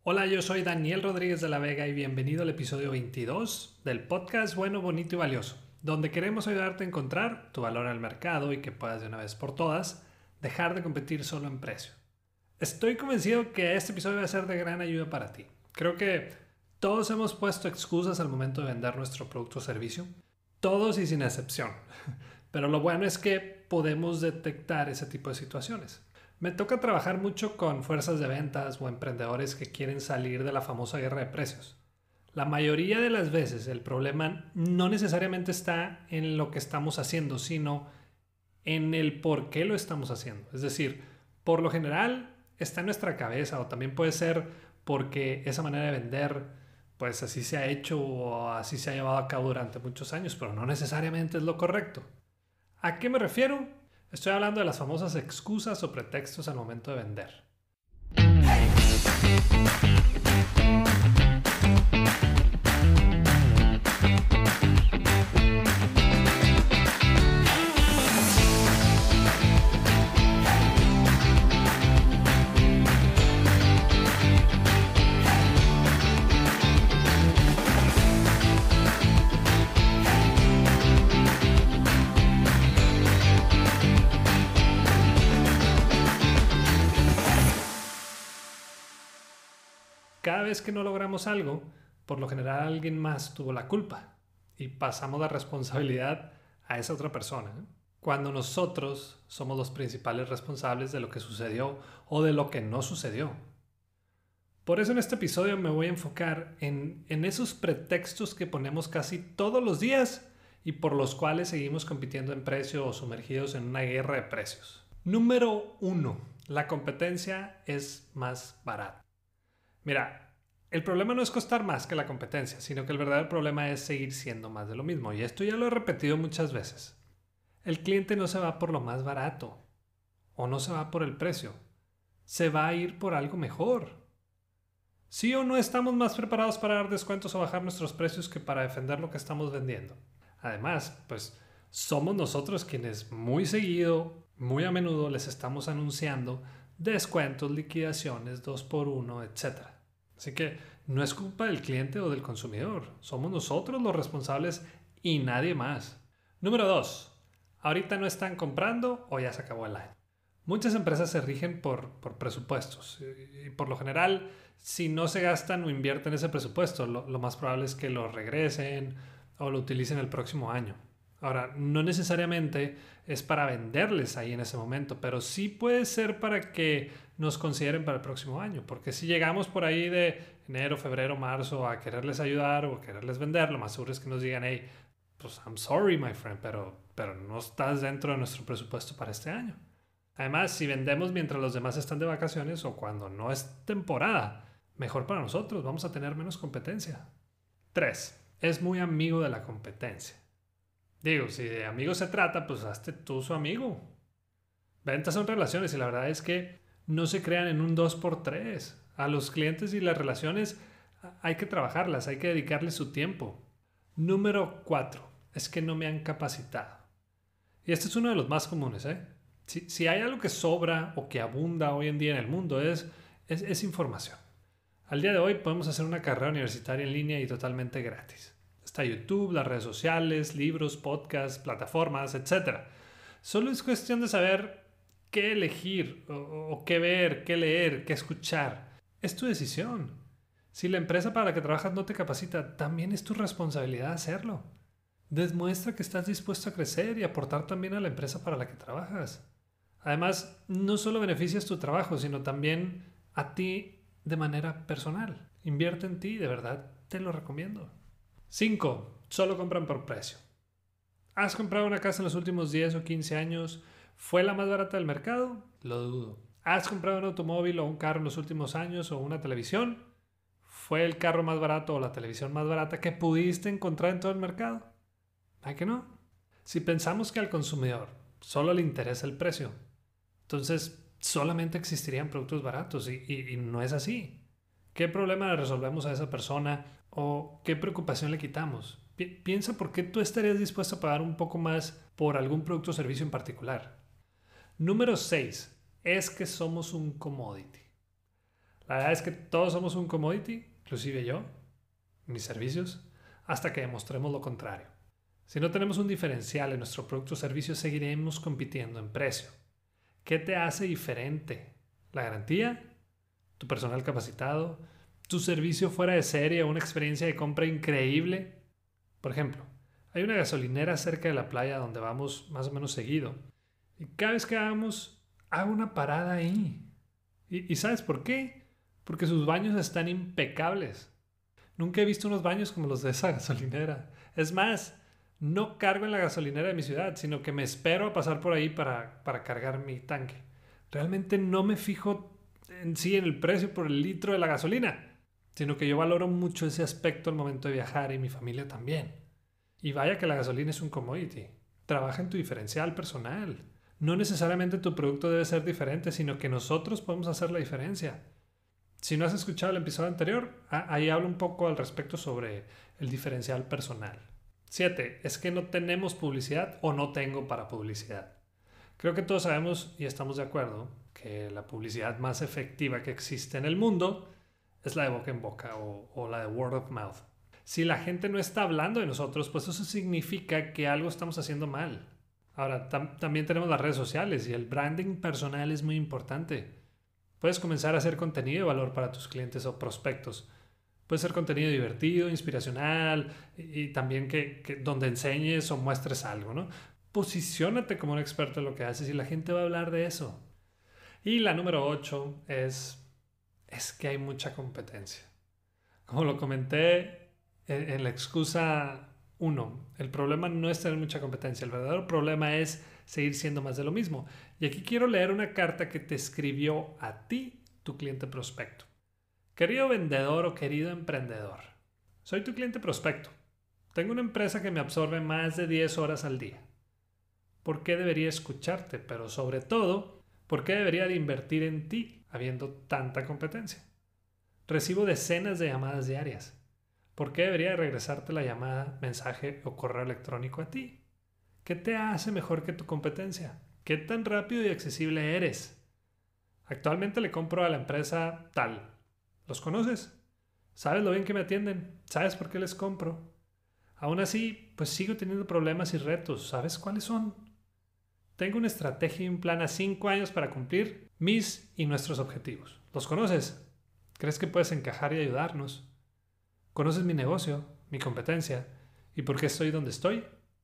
Hola, yo soy Daniel Rodríguez de la Vega y bienvenido al episodio 22 del podcast Bueno, Bonito y Valioso, donde queremos ayudarte a encontrar tu valor en el mercado y que puedas de una vez por todas dejar de competir solo en precio. Estoy convencido que este episodio va a ser de gran ayuda para ti. Creo que todos hemos puesto excusas al momento de vender nuestro producto o servicio, todos y sin excepción, pero lo bueno es que podemos detectar ese tipo de situaciones. Me toca trabajar mucho con fuerzas de ventas o emprendedores que quieren salir de la famosa guerra de precios. La mayoría de las veces el problema no necesariamente está en lo que estamos haciendo, sino en el por qué lo estamos haciendo. Es decir, por lo general está en nuestra cabeza, o también puede ser porque esa manera de vender, pues así se ha hecho o así se ha llevado a cabo durante muchos años, pero no necesariamente es lo correcto. ¿A qué me refiero? Estoy hablando de las famosas excusas o pretextos al momento de vender. Cada vez que no logramos algo, por lo general alguien más tuvo la culpa y pasamos la responsabilidad a esa otra persona, cuando nosotros somos los principales responsables de lo que sucedió o de lo que no sucedió. Por eso en este episodio me voy a enfocar en esos pretextos que ponemos casi todos los días y por los cuales seguimos compitiendo en precio o sumergidos en una guerra de precios. Número 1. La competencia es más barata. Mira, el problema no es costar más que la competencia, sino que el verdadero problema es seguir siendo más de lo mismo. Y esto ya lo he repetido muchas veces. El cliente no se va por lo más barato o no se va por el precio. Se va a ir por algo mejor. ¿Sí o no estamos más preparados para dar descuentos o bajar nuestros precios que para defender lo que estamos vendiendo? Además, pues somos nosotros quienes muy seguido, muy a menudo les estamos anunciando descuentos, liquidaciones, 2x1, etc. Así que no es culpa del cliente o del consumidor. Somos nosotros los responsables y nadie más. Número 2. Ahorita no están comprando o ya se acabó el año. Muchas empresas se rigen por presupuestos y por lo general, si no se gastan o invierten ese presupuesto, lo más probable es que lo regresen o lo utilicen el próximo año. Ahora, no necesariamente es para venderles ahí en ese momento, pero sí puede ser para que nos consideren para el próximo año. Porque si llegamos por ahí de enero, febrero, marzo a quererles ayudar o a quererles vender, lo más seguro es que nos digan, hey, pues I'm sorry, my friend, pero no estás dentro de nuestro presupuesto para este año. Además, si vendemos mientras los demás están de vacaciones o cuando no es temporada, mejor para nosotros, vamos a tener menos competencia. 3. Es muy amigo de la competencia. Digo, si de amigos se trata, pues hazte tú su amigo. Ventas son relaciones y la verdad es que no se crean en un 2x3. A los clientes y las relaciones hay que trabajarlas, hay que dedicarles su tiempo. Número 4. Es que no me han capacitado. Y este es uno de los más comunes, Si hay algo que sobra o que abunda hoy en día en el mundo es información. Al día de hoy podemos hacer una carrera universitaria en línea y totalmente gratis. Está YouTube, las redes sociales, libros, podcasts, plataformas, etc. Solo es cuestión de saber qué elegir o qué ver, qué leer, qué escuchar. Es tu decisión. Si la empresa para la que trabajas no te capacita, también es tu responsabilidad hacerlo. Demuestra que estás dispuesto a crecer y aportar también a la empresa para la que trabajas. Además, no solo beneficias tu trabajo, sino también a ti de manera personal. Invierte en ti, de verdad, te lo recomiendo. 5. Solo compran por precio. ¿Has comprado una casa en los últimos 10 o 15 años? ¿Fue la más barata del mercado? Lo dudo. ¿Has comprado un automóvil o un carro en los últimos años o una televisión? ¿Fue el carro más barato o la televisión más barata que pudiste encontrar en todo el mercado? ¿A que no? Si pensamos que al consumidor solo le interesa el precio, entonces solamente existirían productos baratos y no es así. ¿Qué problema le resolvemos a esa persona o qué preocupación le quitamos? Piensa por qué tú estarías dispuesto a pagar un poco más por algún producto o servicio en particular. Número 6. Es que somos un commodity. La verdad es que todos somos un commodity, inclusive yo, mis servicios, hasta que demostremos lo contrario. Si no tenemos un diferencial en nuestro producto o servicio, seguiremos compitiendo en precio. ¿Qué te hace diferente? ¿La garantía? ¿Tu personal capacitado? ¿Tu servicio fuera de serie o una experiencia de compra increíble? Por ejemplo, hay una gasolinera cerca de la playa donde vamos más o menos seguido. Y cada vez que vamos, hago una parada ahí. ¿Y sabes por qué? Porque sus baños están impecables. Nunca he visto unos baños como los de esa gasolinera. Es más, no cargo en la gasolinera de mi ciudad, sino que me espero a pasar por ahí para cargar mi tanque. Realmente no me fijo en sí en el precio por el litro de la gasolina, sino que yo valoro mucho ese aspecto al momento de viajar y mi familia también. Y vaya que la gasolina es un commodity. Trabaja en tu diferencial personal. No necesariamente tu producto debe ser diferente, sino que nosotros podemos hacer la diferencia. Si no has escuchado el episodio anterior, ahí hablo un poco al respecto sobre el diferencial personal. 7. Es que no tenemos publicidad o no tengo para publicidad. Creo que todos sabemos y estamos de acuerdo que la publicidad más efectiva que existe en el mundo es la de boca en boca o la de word of mouth. Si la gente no está hablando de nosotros, pues eso significa que algo estamos haciendo mal. Ahora, también tenemos las redes sociales y el branding personal es muy importante. Puedes comenzar a hacer contenido de valor para tus clientes o prospectos. Puede ser contenido divertido, inspiracional y también que donde enseñes o muestres algo, ¿no? Posiciónate como un experto en lo que haces y la gente va a hablar de eso. Y la número 8 es que hay mucha competencia. Como lo comenté en la excusa 1, el problema no es tener mucha competencia, el verdadero problema es seguir siendo más de lo mismo. Y aquí quiero leer una carta que te escribió a ti, tu cliente prospecto. Querido vendedor o querido emprendedor, soy tu cliente prospecto. Tengo una empresa que me absorbe más de 10 horas al día. ¿Por qué debería escucharte? Pero sobre todo, ¿por qué debería de invertir en ti habiendo tanta competencia? Recibo decenas de llamadas diarias. ¿Por qué debería regresarte la llamada, mensaje o correo electrónico a ti? ¿Qué te hace mejor que tu competencia? ¿Qué tan rápido y accesible eres? Actualmente le compro a la empresa tal. ¿Los conoces? ¿Sabes lo bien que me atienden? ¿Sabes por qué les compro? Aún así, pues sigo teniendo problemas y retos. ¿Sabes cuáles son? Tengo una estrategia y un plan a 5 años para cumplir mis y nuestros objetivos. ¿Los conoces? ¿Crees que puedes encajar y ayudarnos? ¿Conoces mi negocio, mi competencia y por qué estoy donde estoy?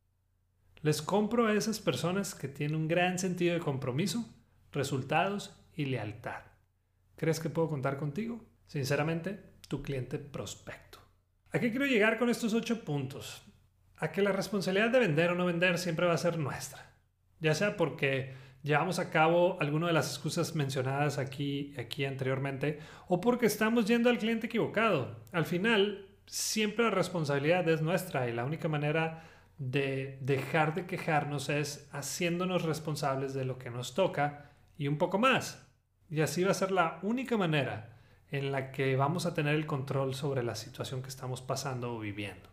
Les compro a esas personas que tienen un gran sentido de compromiso, resultados y lealtad. ¿Crees que puedo contar contigo? Sinceramente, tu cliente prospecto. ¿A qué quiero llegar con estos 8 puntos? A que la responsabilidad de vender o no vender siempre va a ser nuestra. Ya sea porque llevamos a cabo alguna de las excusas mencionadas aquí anteriormente o porque estamos yendo al cliente equivocado. Al final, siempre la responsabilidad es nuestra y la única manera de dejar de quejarnos es haciéndonos responsables de lo que nos toca y un poco más. Y así va a ser la única manera en la que vamos a tener el control sobre la situación que estamos pasando o viviendo.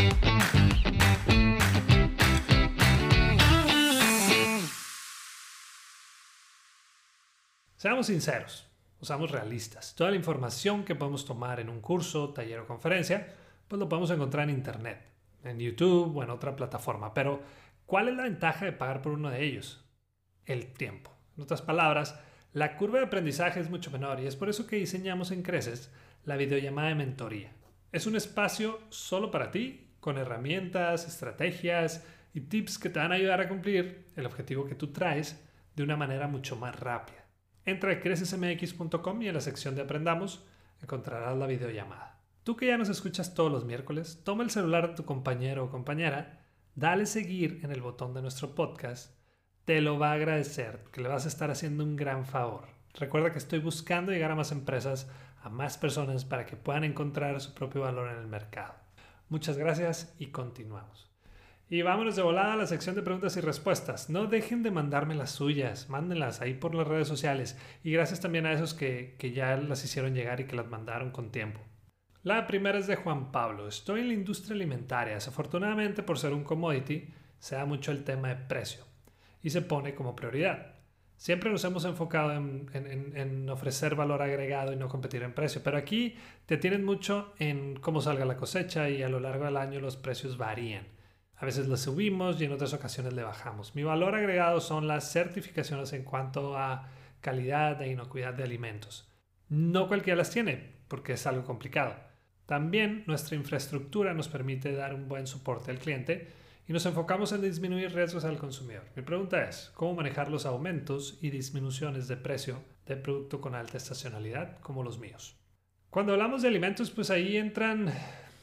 Seamos sinceros, seamos realistas. Toda la información que podemos tomar en un curso, taller o conferencia, pues lo podemos encontrar en internet, en YouTube o en otra plataforma. Pero, ¿cuál es la ventaja de pagar por uno de ellos? El tiempo. En otras palabras, la curva de aprendizaje es mucho menor y es por eso que diseñamos en Creces la videollamada de mentoría. Es un espacio solo para ti, con herramientas, estrategias y tips que te van a ayudar a cumplir el objetivo que tú traes de una manera mucho más rápida. Entra a crecesmx.com y en la sección de Aprendamos encontrarás la videollamada. Tú que ya nos escuchas todos los miércoles, toma el celular de tu compañero o compañera, dale seguir en el botón de nuestro podcast. Te lo va a agradecer porque le vas a estar haciendo un gran favor. Recuerda que estoy buscando llegar a más empresas, a más personas para que puedan encontrar su propio valor en el mercado. Muchas gracias y continuamos. Y vámonos de volada a la sección de preguntas y respuestas. No dejen de mandarme las suyas, mándenlas ahí por las redes sociales. Y gracias también a esos que ya las hicieron llegar y que las mandaron con tiempo. La primera es de Juan Pablo. Estoy en la industria alimentaria. Desafortunadamente, por ser un commodity, se da mucho el tema de precio y se pone como prioridad. Siempre nos hemos enfocado en ofrecer valor agregado y no competir en precio, pero aquí te tienen mucho en cómo salga la cosecha y a lo largo del año los precios varían. A veces le subimos y en otras ocasiones le bajamos. Mi valor agregado son las certificaciones en cuanto a calidad e inocuidad de alimentos. No cualquiera las tiene porque es algo complicado. También nuestra infraestructura nos permite dar un buen soporte al cliente y nos enfocamos en disminuir riesgos al consumidor. Mi pregunta es, ¿cómo manejar los aumentos y disminuciones de precio de producto con alta estacionalidad como los míos? Cuando hablamos de alimentos, pues ahí entran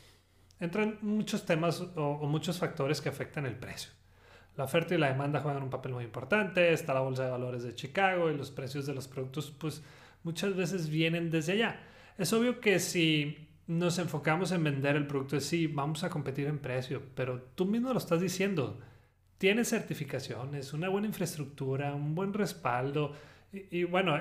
muchos temas o muchos factores que afectan el precio. La oferta y la demanda juegan un papel muy importante, está la bolsa de valores de Chicago y los precios de los productos pues muchas veces vienen desde allá. Es obvio que si nos enfocamos en vender el producto, sí, vamos a competir en precio, pero tú mismo lo estás diciendo. Tienes certificaciones, una buena infraestructura, un buen respaldo y bueno,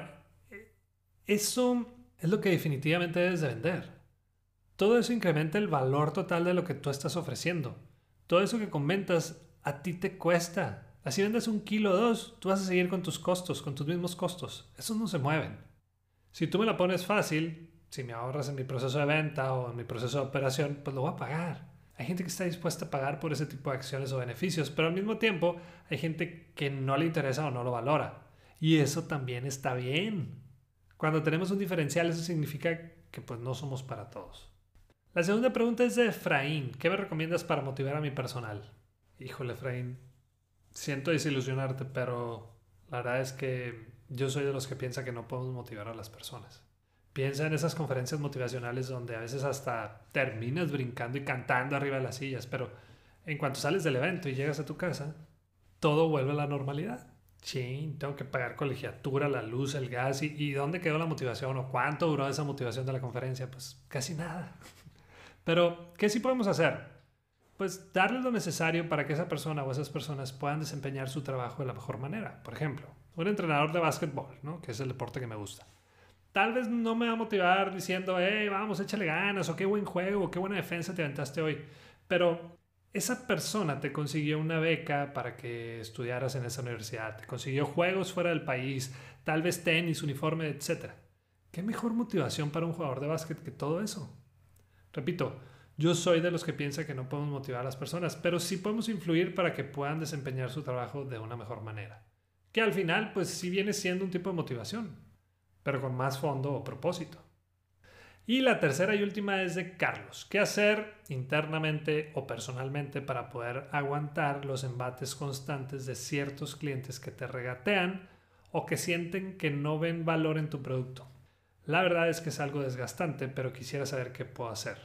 eso es lo que definitivamente debes de vender. Todo eso incrementa el valor total de lo que tú estás ofreciendo. Todo eso que comentas a ti te cuesta. Así vendas 1 kilo o 2, tú vas a seguir con tus costos, con tus mismos costos. Esos no se mueven. Si tú me la pones fácil, si me ahorras en mi proceso de venta o en mi proceso de operación, pues lo voy a pagar. Hay gente que está dispuesta a pagar por ese tipo de acciones o beneficios, pero al mismo tiempo hay gente que no le interesa o no lo valora. Y eso también está bien. Cuando tenemos un diferencial, eso significa que pues no somos para todos. La segunda pregunta es de Efraín. ¿Qué me recomiendas para motivar a mi personal? Híjole, Efraín, siento desilusionarte, pero la verdad es que yo soy de los que piensa que no podemos motivar a las personas. Piensa en esas conferencias motivacionales donde a veces hasta terminas brincando y cantando arriba de las sillas, pero en cuanto sales del evento y llegas a tu casa, todo vuelve a la normalidad. Sí, tengo que pagar colegiatura, la luz, el gas y ¿dónde quedó la motivación? ¿O cuánto duró esa motivación de la conferencia? Pues casi nada. Pero, ¿qué sí podemos hacer? Pues darles lo necesario para que esa persona o esas personas puedan desempeñar su trabajo de la mejor manera. Por ejemplo, un entrenador de básquetbol, ¿no? Que es el deporte que me gusta. Tal vez no me va a motivar diciendo, hey, vamos, échale ganas, o qué buen juego, o qué buena defensa te aventaste hoy. Pero esa persona te consiguió una beca para que estudiaras en esa universidad, te consiguió juegos fuera del país, tal vez tenis, uniforme, etc. ¿Qué mejor motivación para un jugador de básquet que todo eso? Repito, yo soy de los que piensa que no podemos motivar a las personas, pero sí podemos influir para que puedan desempeñar su trabajo de una mejor manera. Que al final, pues sí viene siendo un tipo de motivación, pero con más fondo o propósito. Y la tercera y última es de Carlos. ¿Qué hacer internamente o personalmente para poder aguantar los embates constantes de ciertos clientes que te regatean o que sienten que no ven valor en tu producto? La verdad es que es algo desgastante, pero quisiera saber qué puedo hacer.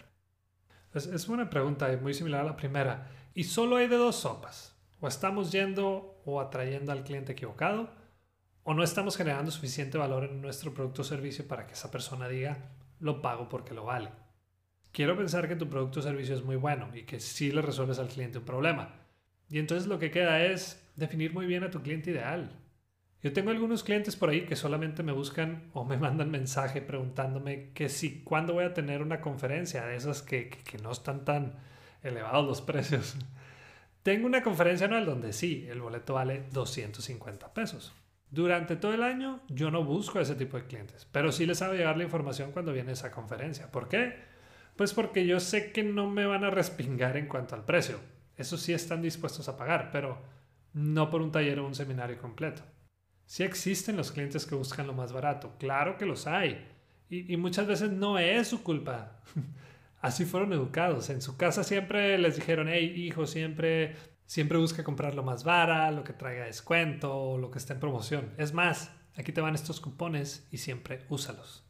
Es una pregunta muy similar a la primera. Y solo hay de dos sopas. O estamos yendo o atrayendo al cliente equivocado, o no estamos generando suficiente valor en nuestro producto o servicio para que esa persona diga, lo pago porque lo vale. Quiero pensar que tu producto o servicio es muy bueno y que sí le resuelves al cliente un problema. Y entonces lo que queda es definir muy bien a tu cliente ideal. Yo tengo algunos clientes por ahí que solamente me buscan o me mandan mensaje preguntándome que si cuándo voy a tener una conferencia de esas que no están tan elevados los precios. Tengo una conferencia anual donde sí, el boleto vale 250 pesos. Durante todo el año yo no busco ese tipo de clientes, pero sí les hago llegar la información cuando viene esa conferencia. ¿Por qué? Pues porque yo sé que no me van a respingar en cuanto al precio. Eso sí están dispuestos a pagar, pero no por un taller o un seminario completo. Sí existen los clientes que buscan lo más barato, claro que los hay, y muchas veces no es su culpa. Así fueron educados. En su casa siempre les dijeron, hey, hijo, siempre busca comprar lo más barato, lo que traiga descuento, o lo que esté en promoción. Es más, aquí te van estos cupones y siempre úsalos.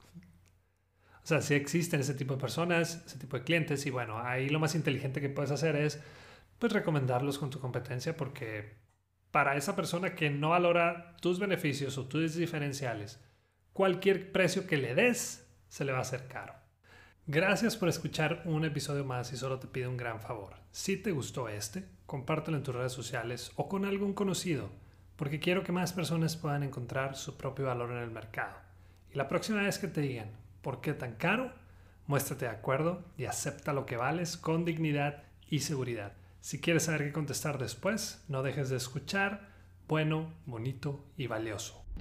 O sea, sí existen ese tipo de personas, ese tipo de clientes, y bueno, ahí lo más inteligente que puedes hacer es pues recomendarlos con tu competencia, porque para esa persona que no valora tus beneficios o tus diferenciales, cualquier precio que le des se le va a hacer caro. Gracias por escuchar un episodio más y solo te pido un gran favor. Si te gustó compártelo en tus redes sociales o con algún conocido, porque quiero que más personas puedan encontrar su propio valor en el mercado. Y la próxima vez que te digan, ¿por qué tan caro? Muéstrate de acuerdo y acepta lo que vales con dignidad y seguridad. Si quieres saber qué contestar después, no dejes de escuchar Bueno, Bonito y Valioso.